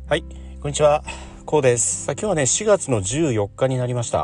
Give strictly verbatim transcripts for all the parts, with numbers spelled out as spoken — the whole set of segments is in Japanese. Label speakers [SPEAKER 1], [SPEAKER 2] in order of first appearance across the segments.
[SPEAKER 1] はい、こんにちは、こうです。さあ今日はねしがつのじゅうよっかになりました。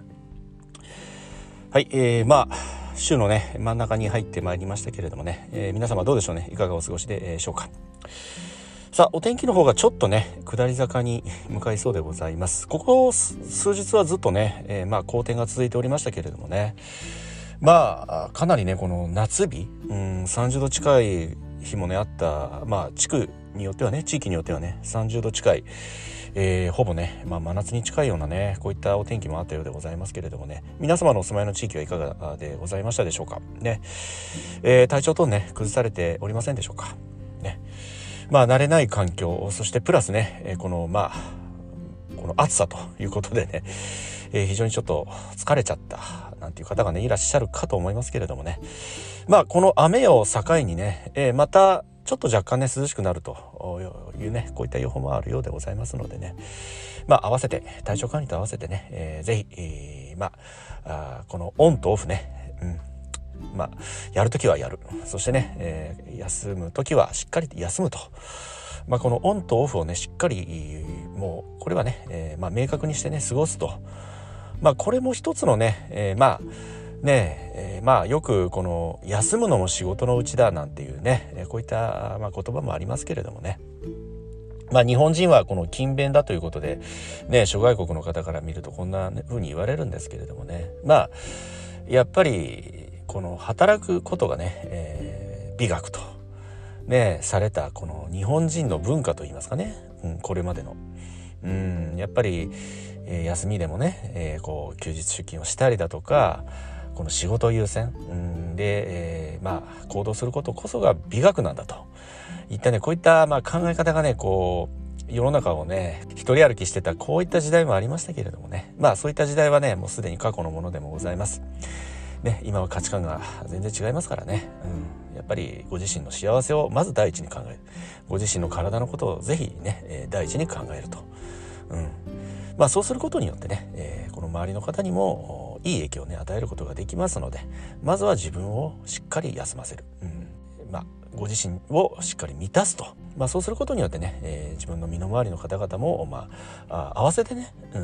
[SPEAKER 1] はい、えー、まあ週のね真ん中に入ってまいりましたけれどもね、えー、皆様どうでしょうね。いかがお過ごしでしょうか。さあお天気の方がちょっとね下り坂に向かいそうでございます。ここ数日はずっとね、えー、まあ好天が続いておりましたけれどもね、まあかなりねこの夏日、うん、さんじゅうど近い日もねあった。まあ地区によってはね地域によってはねさんじゅうど近い、えー、ほぼね、まあ、真夏に近いようなねこういったお天気もあったようでございますけれどもね、皆様のお住まいの地域はいかがでございましたでしょうかね。えー、体調等ね崩されておりませんでしょうかね。まあ慣れない環境、そしてプラスね、えー、このまあこの暑さということでね、えー、非常にちょっと疲れちゃったなんていう方がねいらっしゃるかと思いますけれどもね、まあこの雨を境にね、えー、またちょっと若干ね涼しくなるというねこういった予報もあるようでございますのでね、まあ合わせて体調管理と合わせてね、えー、ぜひ、えー、まあ、あこのオンとオフね、うんまあやるときはやる、そしてね、えー、休むときはしっかり休むと、まあこのオンとオフをねしっかりもうこれはね、えー、まあ明確にしてね過ごすと、まあこれも一つのね、えー、まあねえー、まあよくこの休むのも仕事のうちだなんていうねこういったまあ言葉もありますけれどもね、まあ日本人はこの勤勉だということでね諸外国の方から見るとこんな風に言われるんですけれどもね、まあやっぱりこの働くことがね、えー、美学とねされたこの日本人の文化といいますかね、うん、これまでのうんやっぱり、えー、休みでもね、えー、こう休日出勤をしたりだとかこの仕事優先うんで、えー、まあ行動することこそが美学なんだといったねこういったまあ考え方がねこう世の中をね一人歩きしてたこういった時代もありましたけれどもね、まあそういった時代はねもうすでに過去のものでもございますね。今は価値観が全然違いますからね、うん、やっぱりご自身の幸せをまず第一に考える、ご自身の体のことをぜひね、えー、第一に考えると、うんまあそうすることによってね、えー、この周りの方にもいい影響をね与えることができますので、まずは自分をしっかり休ませる、うん、まあご自身をしっかり満たすと、まあそうすることによってね、えー、自分の身の回りの方々もまあ合わせてね、うん、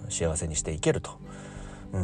[SPEAKER 1] 幸せにしていけると、うん、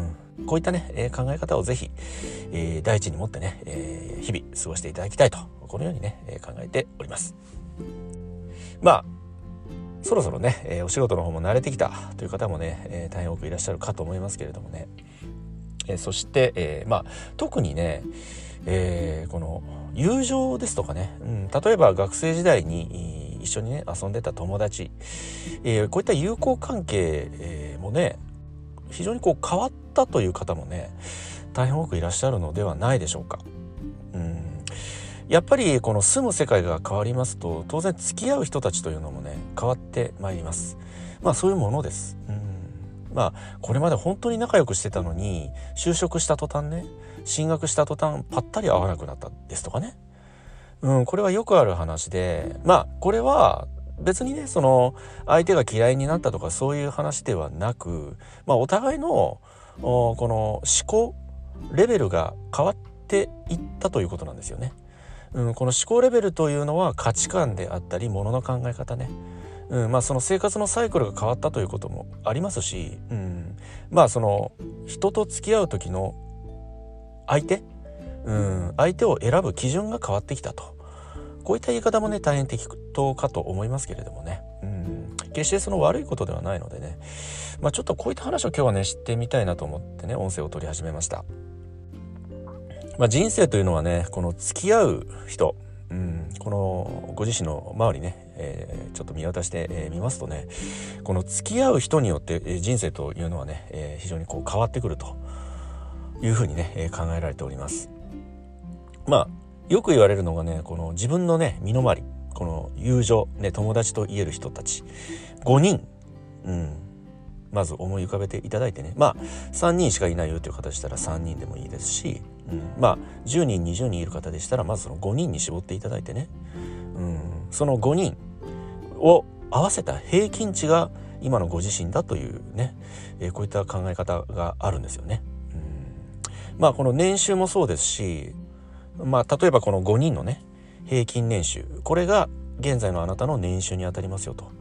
[SPEAKER 1] こういったね、えー、考え方をぜひ、えー、第一に持ってね、えー、日々過ごしていただきたいとこのようにね、えー、考えております。まあそろそろね、えー、お仕事の方も慣れてきたという方もね、えー、大変多くいらっしゃるかと思いますけれどもね、えー、そして、えー、まあ特にね、えー、この友情ですとかね、うん、例えば学生時代に一緒にね遊んでた友達、えー、こういった友好関係、えー、もね非常にこう変わったという方もね大変多くいらっしゃるのではないでしょうか。うんやっぱりこの住む世界が変わりますと当然付き合う人たちというのもね変わってまいります。まあそういうものです。うんまあこれまで本当に仲良くしてたのに就職した途端ね進学した途端ぱったり会わなくなったですとかね、うんこれはよくある話で、まあこれは別にねその相手が嫌いになったとかそういう話ではなく、まあお互いのこの思考レベルが変わっていったということなんですよね。うん、この思考レベルというのは価値観であったり物の考え方ね、うんまあ、その生活のサイクルが変わったということもありますし、うん、まあその人と付き合う時の相手、うん、相手を選ぶ基準が変わってきたと、こういった言い方もね大変適当かと思いますけれどもね、うん、決してその悪いことではないのでね、まあ、ちょっとこういった話を今日はね知ってみたいなと思ってね音声を取り始めました。まあ、人生というのはねこの付き合う人、うん、このご自身の周りね、えー、ちょっと見渡してみ、えー、ますとねこの付き合う人によって、えー、人生というのはね、えー、非常にこう変わってくるというふうにね、えー、考えられております。まあよく言われるのがねこの自分のね身の回りこの友情、ね、友達と言える人たちごにん、うんまず思い浮かべていただいてね、まあさんにんしかいないよという方でしたらさんにんでもいいですし、うん、まあじゅうにんにじゅうにんいる方でしたらまずそのごにんに絞っていただいてね、うん、そのごにんを合わせた平均値が今のご自身だというね、えー、こういった考え方があるんですよね。うん、まあこの年収もそうですし、まあ例えばこのごにんのね平均年収これが現在のあなたの年収に当たりますよと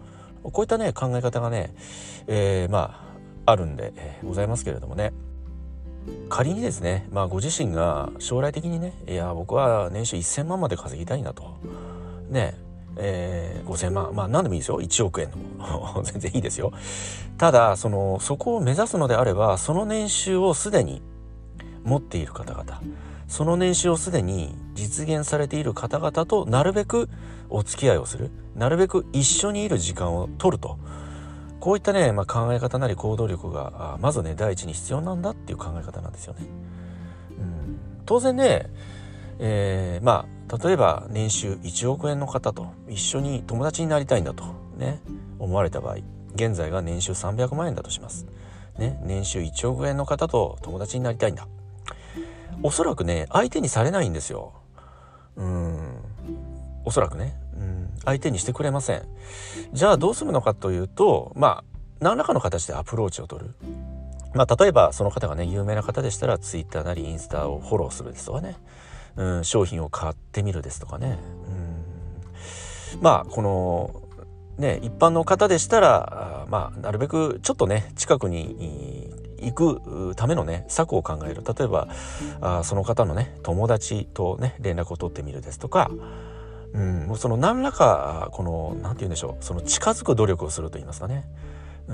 [SPEAKER 1] こういったね考え方がね、えー、まああるんで、えー、ございますけれどもね、仮にですね、まあ、ご自身が将来的にね、いや僕は年収せんまんまで稼ぎたいんだとね、えー、ごせんまん、まあ何でもいいですよ、いちおくえんの全然いいですよ。ただそのそこを目指すのであれば、その年収をすでに持っている方々、その年収をすでに実現されている方々となるべくお付き合いをする、なるべく一緒にいる時間を取ると、こういったね、まあ、考え方なり行動力がまずね第一に必要なんだっていう考え方なんですよね。うん、当然ね、えー、まあ例えば年収いちおくえんの方と一緒に友達になりたいんだとね思われた場合、現在が年収さんびゃくまんえんだとします、ね、年収いちおくえんの方と友達になりたいんだ、おそらくね相手にされないんですよ。うーんおそらくね、うん、相手にしてくれません。じゃあどうするのかというと、まあ何らかの形でアプローチを取る。まあ例えばその方がね有名な方でしたらツイッターなりインスタをフォローするですとかね、うん、商品を買ってみるですとかね、うん、まあこのね一般の方でしたらまあなるべくちょっとね近くに行くためのね策を考える。例えばあその方のね友達とね連絡を取ってみるですとか、うん、もうその何らかこのなんて言うんでしょう、その近づく努力をすると言いますかね、うん、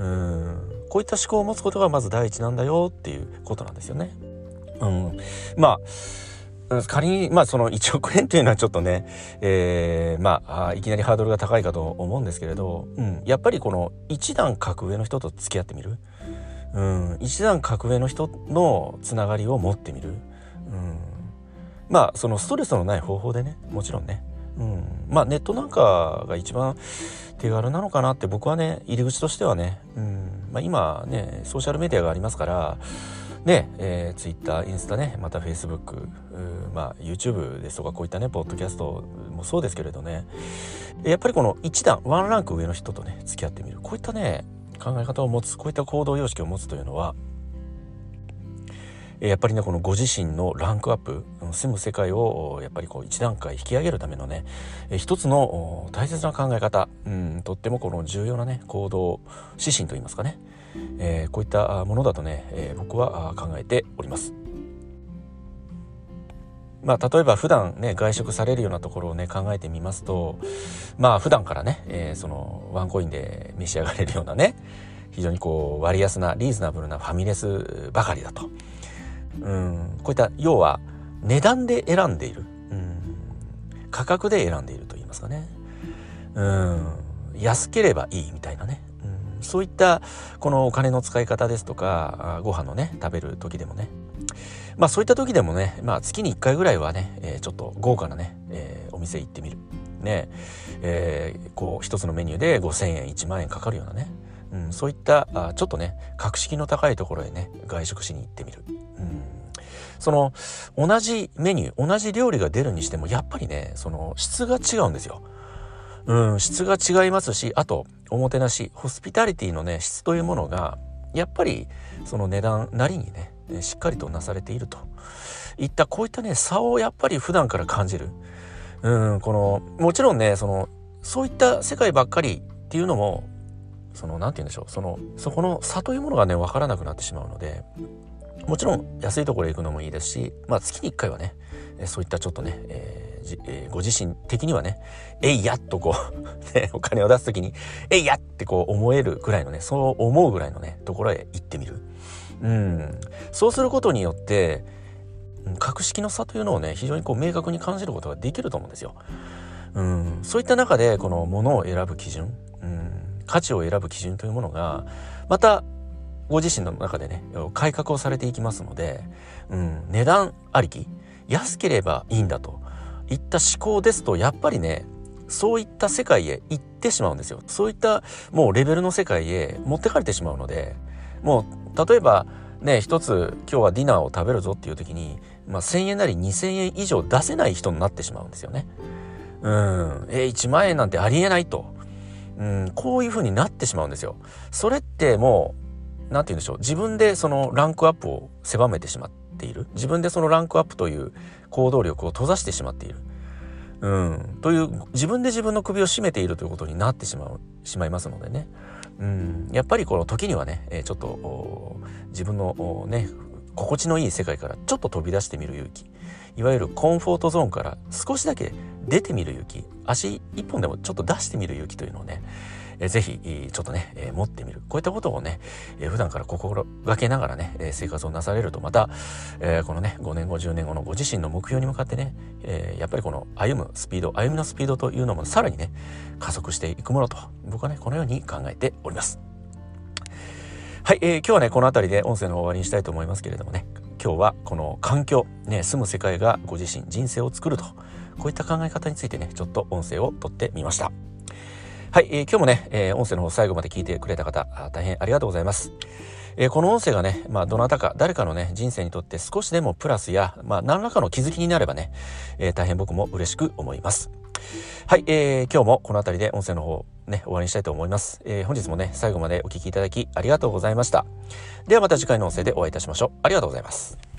[SPEAKER 1] こういった思考を持つことがまず第一なんだよっていうことなんですよね。うん、まあ仮にまあそのいちおくえんというのはちょっとね、えー、まあいきなりハードルが高いかと思うんですけれど、うん、やっぱりこの一段格上の人と付き合ってみる、うん、一段格上の人のつながりを持ってみる、うん、まあそのストレスのない方法でね、もちろんね、うん、まあネットなんかが一番手軽なのかなって僕はね入り口としてはね、うんまあ、今ねソーシャルメディアがありますからね、えー、Twitter、インスタね、また Facebook、まあ YouTube ですとかこういったねポッドキャストもそうですけれどね、やっぱりこの一段ワンランク上の人とね付き合ってみる、こういったね考え方を持つ、こういった行動様式を持つというのはやっぱりねこのご自身のランクアップ、住む世界をやっぱりこう一段階引き上げるためのね一つの大切な考え方、うん、とってもこの重要なね行動指針といいますかね、えー、こういったものだとね、えー、僕は考えております。まあ例えば普段ね外食されるようなところをね考えてみますと、まあ普段からね、えー、そのワンコインで召し上がれるようなね非常にこう割安なリーズナブルなファミレスばかりだと、うん、こういった要は値段で選んでいる、うん、価格で選んでいると言いますかね、うん、安ければいいみたいなね、うん、そういったこのお金の使い方ですとかご飯のね食べる時でもね、まあそういった時でもね、まあ月にいっかいぐらいはね、えー、ちょっと豪華なね、えー、お店行ってみるね、えー、こう一つのメニューでごせんえんいちまんえんかかるようなね、うん、そういったあちょっとね格式の高いところへね外食しに行ってみる、うん、その同じメニュー同じ料理が出るにしてもやっぱりねその質が違うんですよ、うん、質が違いますし、あとおもてなしホスピタリティのね質というものがやっぱりその値段なりにねしっかりとなされているといったこういったね差をやっぱり普段から感じる、うん、このもちろんねそのそういった世界ばっかりっていうのもそのなんて言うんでしょう、そのそこの差というものがね分からなくなってしまうので、もちろん安いところへ行くのもいいですし、まあ月にいっかいはねそういったちょっとね、えーえー、ご自身的にはねえいやっとこう、ね、お金を出す時にえいやってこう思えるぐらいのね、そう思うぐらいのねところへ行ってみる、うん、そうすることによって格式の差というのをね非常にこう明確に感じることができると思うんですよ、うん、そういった中でこの物を選ぶ基準、うん、価値を選ぶ基準というものがまたご自身の中でね改革をされていきますので、うん、値段ありき安ければいいんだといった思考ですとやっぱりねそういった世界へ行ってしまうんですよ。そういったもうレベルの世界へ持ってかれてしまうので、もう例えばね一つ今日はディナーを食べるぞっていう時に、まあ、せんえんなりにせんえん以上出せない人になってしまうんですよね。うんえー、いちまんえんなんてありえないと、うん、こういう風になってしまうんですよ。それってもうなんて言うんでしょう、自分でそのランクアップを狭めてしまっている、自分でそのランクアップという行動力を閉ざしてしまっている、 うん、という自分で自分の首を絞めているということになってしまうしまいますのでね、うん、やっぱりこの時にはね、えー、ちょっと自分のね心地のいい世界からちょっと飛び出してみる勇気、いわゆるコンフォートゾーンから少しだけ出てみる勇気、足一本でもちょっと出してみる勇気というのをね、えー、ぜひちょっとね、えー、持ってみる、こういったことをね、えー、普段から心がけながらね、えー、生活をなされると、また、えー、このねごねんごじゅうねんごのご自身の目標に向かってね、えー、やっぱりこの歩むスピード歩みのスピードというのもさらにね加速していくものと僕はねこのように考えております。はい、えー、今日はねこの辺りで音声の終わりにしたいと思いますけれどもね、今日はこの環境、ね、住む世界がご自身人生を作ると、こういった考え方についてねちょっと音声を取ってみました。はい、えー、今日もね、えー、音声の方最後まで聞いてくれた方大変ありがとうございます。えー、この音声がね、まあ、どなたか誰かのね人生にとって少しでもプラスや、まあ、何らかの気づきになればね、えー、大変僕も嬉しく思います。はい、えー、今日もこの辺りで音声の方ね終わりにしたいと思います。えー、本日もね最後までお聞きいただきありがとうございました。ではまた次回の音声でお会いいたしましょう。ありがとうございます。